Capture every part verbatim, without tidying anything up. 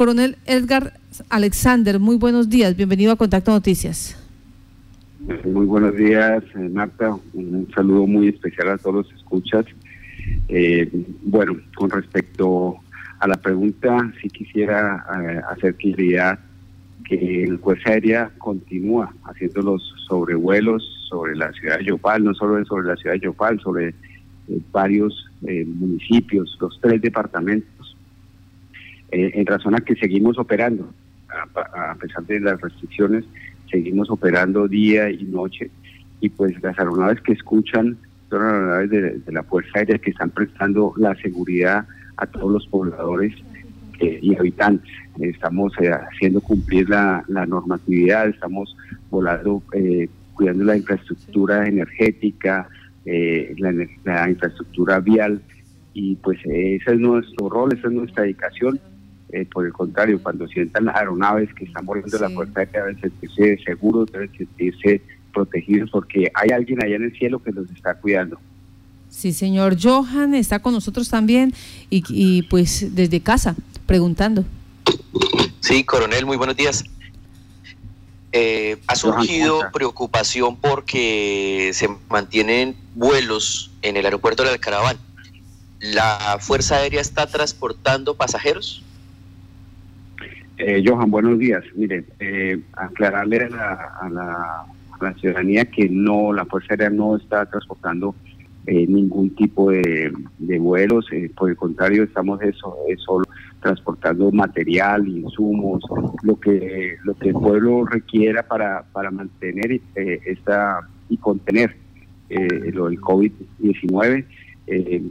Coronel Edgar Alexander, muy buenos días, bienvenido a Contacto Noticias. Muy buenos días, Marta, un saludo muy especial a todos los escuchas. Eh, bueno, con respecto a la pregunta, sí quisiera eh, hacer claridad que la Fuerza Aérea continúa haciendo los sobrevuelos sobre la ciudad de Yopal, no solo sobre la ciudad de Yopal, sobre eh, varios eh, municipios, los tres departamentos, eh, en razón a que seguimos operando, a, a pesar de las restricciones, seguimos operando día y noche, y pues las aeronaves que escuchan son aeronaves de, de la Fuerza Aérea que están prestando la seguridad a todos los pobladores eh, y habitantes. Estamos eh, haciendo cumplir la, la normatividad, estamos volando, eh, cuidando la infraestructura energética, eh, la, la infraestructura vial, y pues eh, ese es nuestro rol, esa es nuestra dedicación. Eh, por el contrario, cuando sientan las aeronaves que están volando sí. la Fuerza Aérea, deben sentirse seguros, deben sentirse protegidos, porque hay alguien allá en el cielo que los está cuidando. Sí, señor. Johan está con nosotros también y, y pues desde casa, preguntando. Sí, coronel, muy buenos días. Eh, ha surgido Johan, preocupación porque se mantienen vuelos en el aeropuerto de Alcaraván. ¿La Fuerza Aérea está transportando pasajeros? Eh, Johan, buenos días. Mire, eh, aclararle a la, a, la, a la ciudadanía que no, la Fuerza Aérea no está transportando eh, ningún tipo de, de vuelos, eh, por el contrario, estamos eso, eh, solo transportando material, insumos, lo que lo que el pueblo requiera para, para mantener eh, esta y contener eh, lo del COVID diecinueve. Eh,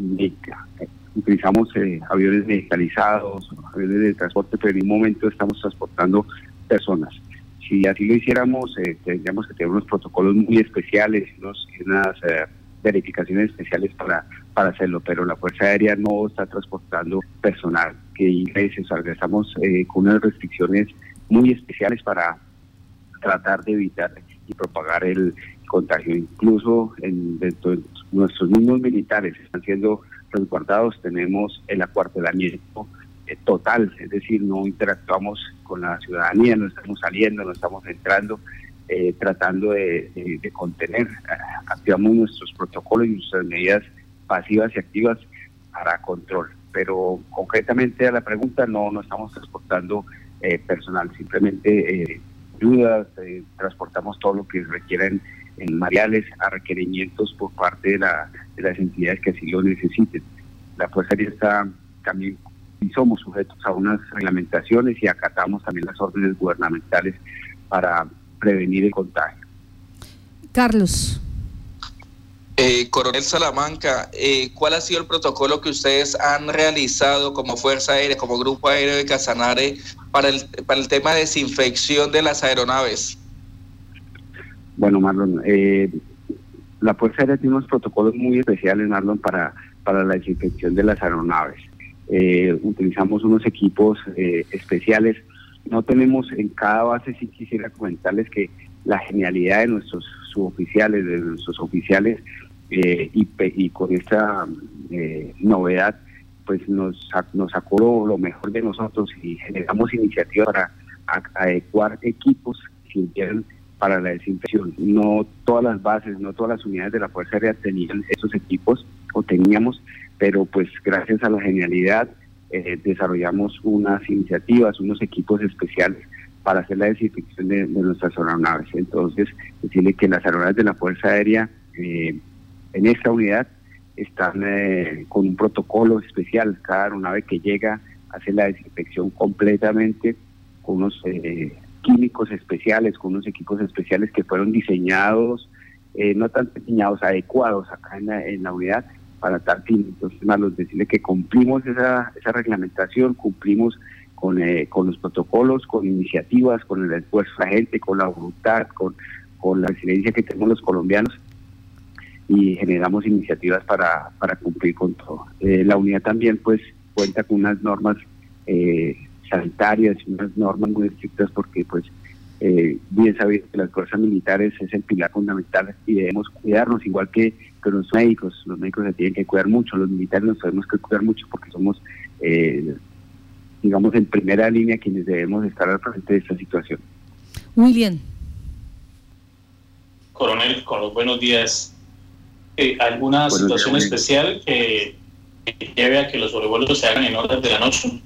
utilizamos eh, aviones medicalizados, aviones de transporte, pero en un momento estamos transportando personas. Si así lo hiciéramos, eh, tendríamos que tener unos protocolos muy especiales, unos, unas eh, verificaciones especiales para, para hacerlo, pero la Fuerza Aérea no está transportando personal que ingrese, o sea, estamos eh, con unas restricciones muy especiales para tratar de evitar y propagar el contagio. Incluso en, dentro de nuestros mismos militares están siendo resguardados, tenemos el acuartelamiento eh, total, es decir, no interactuamos con la ciudadanía, no estamos saliendo, no estamos entrando, eh, tratando de, de, de contener, eh, activamos nuestros protocolos y nuestras medidas pasivas y activas para control, pero concretamente a la pregunta, no, no estamos transportando eh, personal, simplemente eh, ayudas, eh, transportamos todo lo que requieren en materiales a requerimientos por parte de, la, de las entidades que así lo necesiten. La Fuerza Aérea está también, y somos sujetos a unas reglamentaciones y acatamos también las órdenes gubernamentales para prevenir el contagio. Carlos. Eh, Coronel Salamanca, eh, ¿cuál ha sido el protocolo que ustedes han realizado como Fuerza Aérea, como Grupo Aéreo de Casanare, para el, para el tema de desinfección de las aeronaves? Bueno, Marlon, eh, la Fuerza Aérea tiene unos protocolos muy especiales, Marlon, para, para la desinfección de las aeronaves. Eh, utilizamos unos equipos eh, especiales. No tenemos en cada base, sí quisiera comentarles que la genialidad de nuestros suboficiales, de nuestros oficiales, eh, y, y con esta eh, novedad, pues nos, nos sacó lo, lo mejor de nosotros y generamos iniciativas para a, adecuar equipos que sirvieran para la desinfección. No todas las bases, no todas las unidades de la Fuerza Aérea tenían esos equipos, o teníamos, pero pues gracias a la genialidad eh, desarrollamos unas iniciativas, unos equipos especiales para hacer la desinfección de, de nuestras aeronaves. Entonces, decirle que las aeronaves de la Fuerza Aérea eh, en esta unidad están eh, con un protocolo especial. Cada aeronave que llega hace la desinfección completamente con unos eh, químicos especiales, con unos equipos especiales que fueron diseñados, eh, no tan diseñados, adecuados acá en la, en la unidad para tal fin. Entonces, Marlos, decirle que cumplimos esa, esa reglamentación, cumplimos con, eh, con los protocolos, con iniciativas, con el esfuerzo de la gente, con la voluntad, con, con la resiliencia que tenemos los colombianos, y generamos iniciativas para, para cumplir con todo. Eh, la unidad también pues cuenta con unas normas eh, sanitarias, unas normas muy estrictas, porque pues eh, bien sabido que las fuerzas militares es el pilar fundamental y debemos cuidarnos, igual que, que los médicos, los médicos se tienen que cuidar mucho, los militares nos tenemos que cuidar mucho porque somos eh, digamos, en primera línea quienes debemos estar al frente de esta situación. William. Coronel, con los buenos días. Eh, ¿Alguna buenos situación días, especial que, que lleve a que los sobrevuelos se hagan en horas de la noche?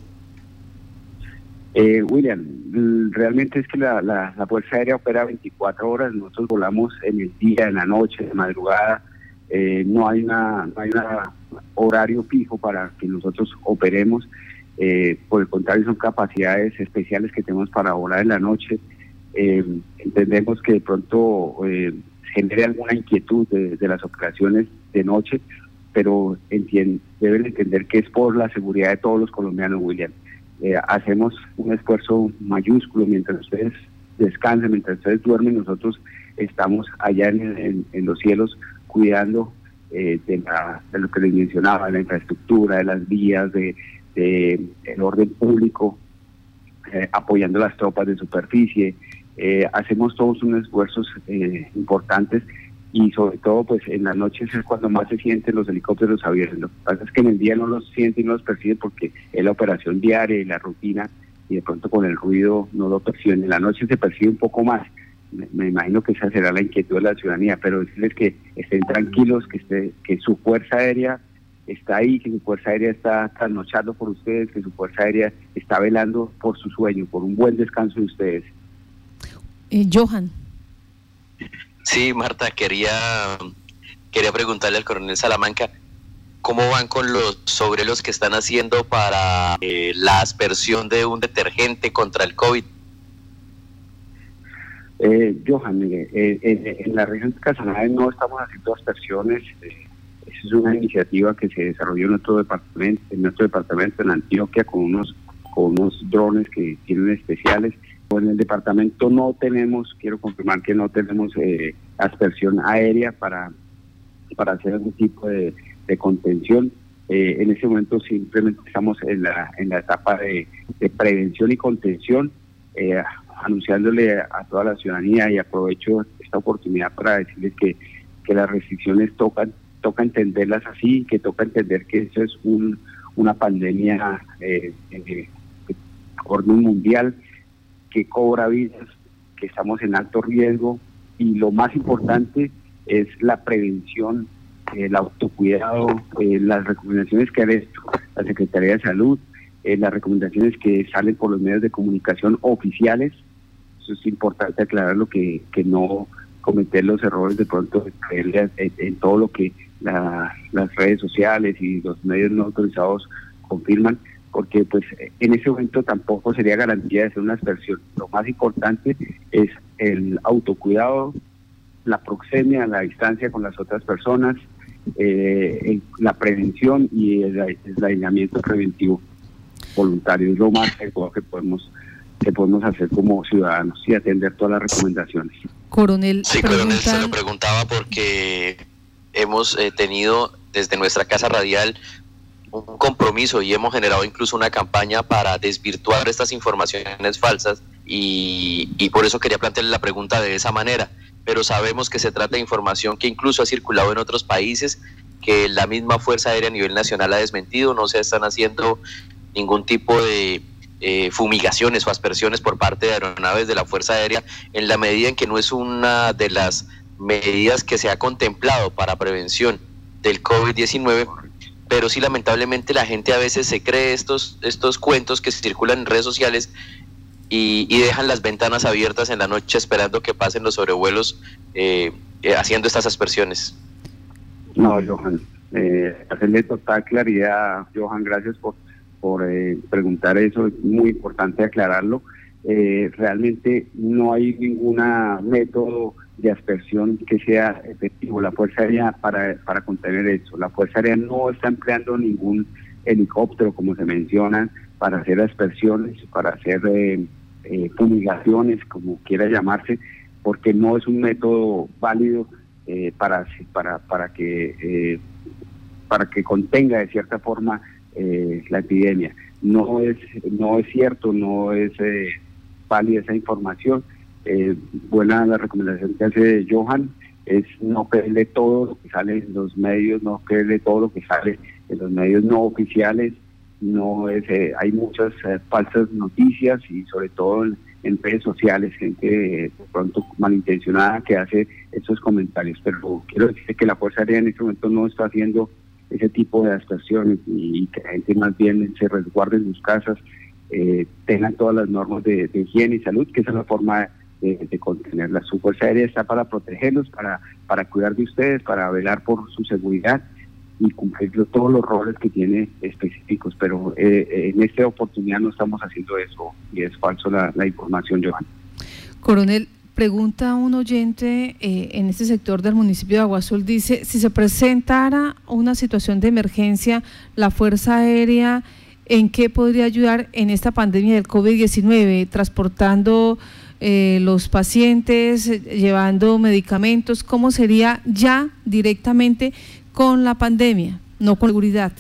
Eh, William, realmente es que la, la, la Fuerza Aérea opera veinticuatro horas, nosotros volamos en el día, en la noche, de madrugada, eh, no hay una no hay una horario fijo para que nosotros operemos, eh, por el contrario son capacidades especiales que tenemos para volar en la noche. Eh, entendemos que de pronto eh, genere alguna inquietud de, de las operaciones de noche, pero entien, deben entender que es por la seguridad de todos los colombianos, William. Eh, hacemos un esfuerzo mayúsculo mientras ustedes descansan, mientras ustedes duermen, nosotros estamos allá en, en, en los cielos cuidando eh, de, la, de lo que les mencionaba, de la infraestructura, de las vías, de, de el orden público, eh, apoyando las tropas de superficie. Eh, hacemos todos unos esfuerzos eh, importantes y sobre todo pues en las noches es cuando más se sienten los helicópteros aviones. Lo que pasa es que en el día no los sienten y no los perciben porque es la operación diaria y la rutina y de pronto con el ruido no lo perciben. En la noche se percibe un poco más. Me, me imagino que esa será la inquietud de la ciudadanía, pero decirles que estén tranquilos, que esté, que su Fuerza Aérea está ahí, que su Fuerza Aérea está trasnochando por ustedes, que su Fuerza Aérea está velando por su sueño, por un buen descanso de ustedes. Eh, Johan. Sí, Marta, quería, quería preguntarle al coronel Salamanca, ¿cómo van con los sobrevuelos que están haciendo para eh, la aspersión de un detergente contra el COVID? Eh, Johan, mire, eh, en, en la región de Casanare no estamos haciendo aspersiones, eh, esa es una iniciativa que se desarrolló en nuestro departamento, en nuestro departamento en Antioquia con unos, con unos drones que tienen especiales. En el departamento no tenemos, quiero confirmar que no tenemos eh, aspersión aérea para, para hacer algún tipo de, de contención. Eh, en ese momento simplemente estamos en la, en la etapa de, de prevención y contención, eh, anunciándole a toda la ciudadanía, y aprovecho esta oportunidad para decirles que, que las restricciones tocan, toca entenderlas así, que toca entender que eso es un, una pandemia eh, de orden mundial, que cobra vidas, que estamos en alto riesgo, y lo más importante es la prevención, eh, el autocuidado, eh, las recomendaciones que ha hecho la Secretaría de Salud, eh, las recomendaciones que salen por los medios de comunicación oficiales. Eso es importante aclararlo, que, que no cometer los errores de pronto de creerle en, en todo lo que la, las redes sociales y los medios no autorizados confirman, porque pues en ese momento tampoco sería garantía de hacer una aspersión. Lo más importante es el autocuidado, la proxemia, la distancia con las otras personas, eh, el, la prevención y el, el aislamiento preventivo voluntario. Es lo más que podemos, que podemos hacer como ciudadanos y atender todas las recomendaciones. Coronel, sí, pregunta... coronel, se lo preguntaba porque hemos eh, tenido desde nuestra casa radial un compromiso y hemos generado incluso una campaña para desvirtuar estas informaciones falsas y, y por eso quería plantearle la pregunta de esa manera, pero sabemos que se trata de información que incluso ha circulado en otros países, que la misma Fuerza Aérea a nivel nacional ha desmentido. No se están haciendo ningún tipo de eh, fumigaciones o aspersiones por parte de aeronaves de la Fuerza Aérea, en la medida en que no es una de las medidas que se ha contemplado para prevención del COVID diecinueve, pero sí lamentablemente la gente a veces se cree estos, estos cuentos que circulan en redes sociales y, y dejan las ventanas abiertas en la noche esperando que pasen los sobrevuelos eh, eh, haciendo estas aspersiones. No, Johan, eh, hacerle total claridad, Johan, gracias por, por eh, preguntar eso, es muy importante aclararlo. Eh, realmente no hay ningún método de aspersión que sea efectivo. La Fuerza Aérea para, para contener eso. La Fuerza Aérea no está empleando ningún helicóptero, como se menciona, para hacer aspersiones, para hacer eh, eh, fumigaciones, como quiera llamarse, porque no es un método válido eh, para, para, para, que, eh, para que contenga de cierta forma eh, la epidemia. No es, no es cierto, no es eh, válida esa información. Eh, buena la recomendación que hace Johan, es no creerle todo lo que sale en los medios, no creerle todo lo que sale en los medios no oficiales. no es, eh, hay muchas eh, falsas noticias y sobre todo en, en redes sociales, gente eh, de pronto malintencionada que hace estos comentarios, pero quiero decirte que la Fuerza Aérea en este momento no está haciendo ese tipo de actuaciones y, y que la gente más bien se resguarde en sus casas, eh, tengan todas las normas de, de higiene y salud, que esa es la forma de, de contenerlas. Su Fuerza Aérea está para protegerlos, para, para cuidar de ustedes, para velar por su seguridad y cumplir todos los roles que tiene específicos, pero eh, en esta oportunidad no estamos haciendo eso y es falso la, la información, Johan. Coronel, pregunta un oyente eh, en este sector del municipio de Agua Azul, dice, si se presentara una situación de emergencia, la Fuerza Aérea, ¿en qué podría ayudar en esta pandemia del COVID diecinueve? ¿Transportando eh, los pacientes, llevando medicamentos? ¿Cómo sería ya directamente con la pandemia, no con seguridad?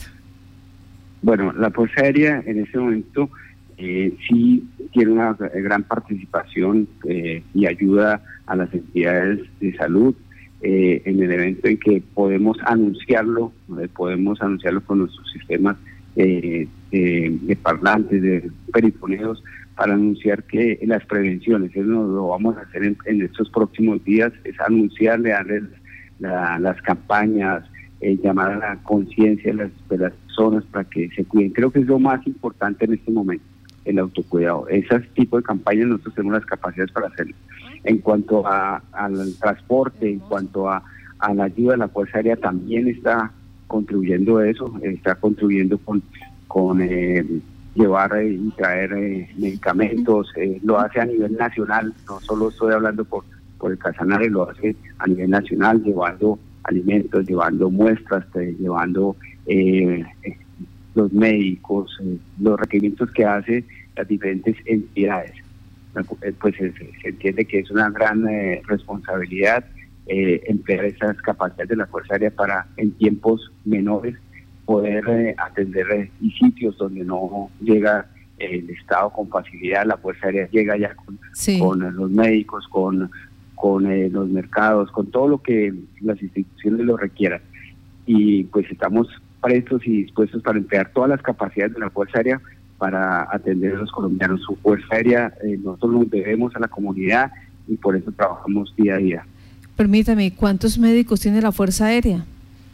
Bueno, la Fuerza Aérea en este momento eh, sí tiene una gran participación eh, y ayuda a las entidades de salud eh, en el evento en que podemos anunciarlo, eh, podemos anunciarlo con nuestros sistemas eh, eh, de parlantes, de perifoneos, para anunciar que las prevenciones, eso lo vamos a hacer en, en estos próximos días, es anunciarle, darles la, las campañas, Eh, llamar a la conciencia de las, de las personas para que se cuiden. Creo que es lo más importante en este momento, el autocuidado. Ese tipo de campañas nosotros tenemos las capacidades para hacerlo. En cuanto a, al transporte, en cuanto a, a la ayuda de la Fuerza Aérea, también está contribuyendo a eso, está contribuyendo con, con eh, llevar eh, y traer eh, medicamentos, eh, lo hace a nivel nacional, no solo estoy hablando por, por el Casanare, lo hace a nivel nacional, llevando alimentos, llevando muestras, eh, llevando eh, eh, los médicos, eh, los requerimientos que hace las diferentes entidades. Eh, pues se, se entiende que es una gran eh, responsabilidad eh, emplear esas capacidades de la Fuerza Aérea para en tiempos menores poder eh, atender eh, y sitios donde no llega eh, el Estado con facilidad. La Fuerza Aérea llega ya con, sí. con los médicos, con con eh, los mercados, con todo lo que las instituciones lo requieran. Y pues estamos prestos y dispuestos para emplear todas las capacidades de la Fuerza Aérea para atender a los colombianos. Su Fuerza Aérea, eh, nosotros nos debemos a la comunidad y por eso trabajamos día a día. Permítame, ¿cuántos médicos tiene la Fuerza Aérea?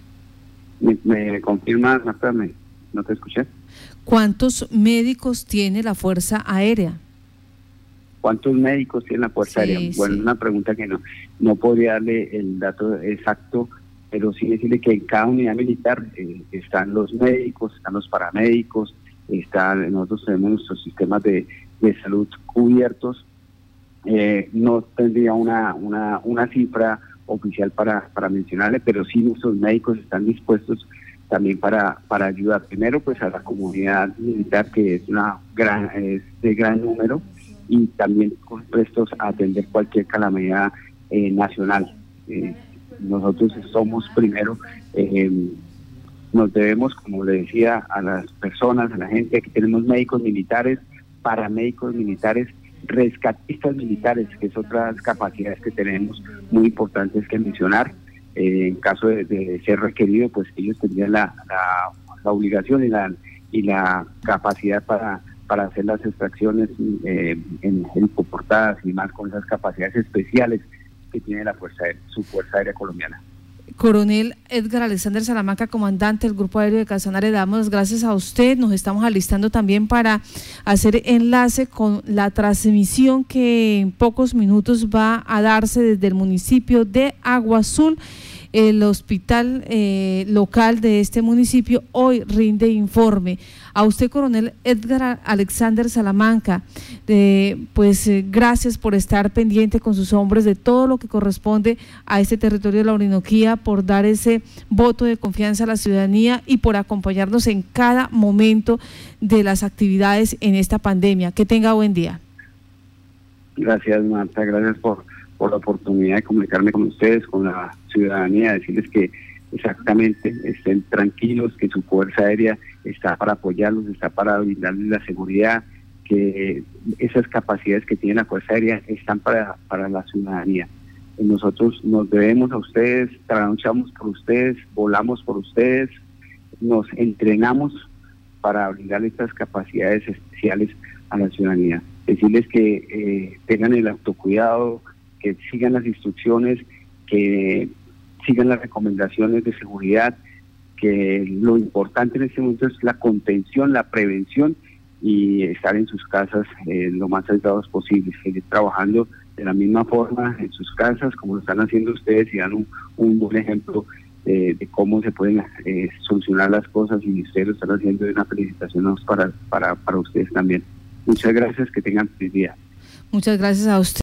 ¿Me, me confirmas, Marta? Me, ¿No te escuché? ¿Cuántos médicos tiene la Fuerza Aérea? ¿Cuántos médicos tiene la Fuerza sí, Aérea? Bueno, sí. Una pregunta que no no podría darle el dato exacto, pero sí decirle que en cada unidad militar eh, están los médicos, están los paramédicos, están, nosotros tenemos nuestros sistemas de, de salud cubiertos. Eh, no tendría una, una, una cifra oficial para, para mencionarle, pero sí nuestros médicos están dispuestos también para, para ayudar primero pues a la comunidad militar, que es una gran, es de gran número, y también prestos a atender cualquier calamidad eh, nacional. Eh, nosotros somos primero, eh, nos debemos, como le decía, a las personas, a la gente, que tenemos médicos militares, paramédicos militares, rescatistas militares, que es otras capacidades que tenemos muy importantes que mencionar. Eh, en caso de, de ser requerido, pues ellos tendrían la, la, la obligación y la, y la capacidad para para hacer las extracciones eh, en helicoportadas y más con esas capacidades especiales que tiene la Fuerza Aérea, su Fuerza Aérea colombiana. Coronel Edgar Alexander Salamanca, comandante del Grupo Aéreo de Casanare, damos las gracias a usted. Nos estamos alistando también para hacer enlace con la transmisión que en pocos minutos va a darse desde el municipio de Agua Azul. El hospital eh, local de este municipio hoy rinde informe. A usted, coronel Edgar Alexander Salamanca, eh, pues eh, gracias por estar pendiente con sus hombres de todo lo que corresponde a este territorio de la Orinoquía, por dar ese voto de confianza a la ciudadanía y por acompañarnos en cada momento de las actividades en esta pandemia. Que tenga buen día. Gracias, Marta, gracias por por la oportunidad de comunicarme con ustedes, con la ciudadanía, decirles que exactamente estén tranquilos, que su Fuerza Aérea está para apoyarlos, está para brindarles la seguridad, que esas capacidades que tiene la Fuerza Aérea están para, para la ciudadanía. Nosotros nos debemos a ustedes, trabajamos por ustedes, volamos por ustedes, nos entrenamos para brindar estas capacidades especiales a la ciudadanía. Decirles que eh, tengan el autocuidado, que sigan las instrucciones, que sigan las recomendaciones de seguridad, que lo importante en este momento es la contención, la prevención y estar en sus casas eh, lo más aislados posible, seguir trabajando de la misma forma en sus casas como lo están haciendo ustedes y dan un, un buen ejemplo eh, de cómo se pueden eh, solucionar las cosas y ustedes lo están haciendo y una felicitación para, para, para ustedes también. Muchas gracias, que tengan feliz día. Muchas gracias a usted.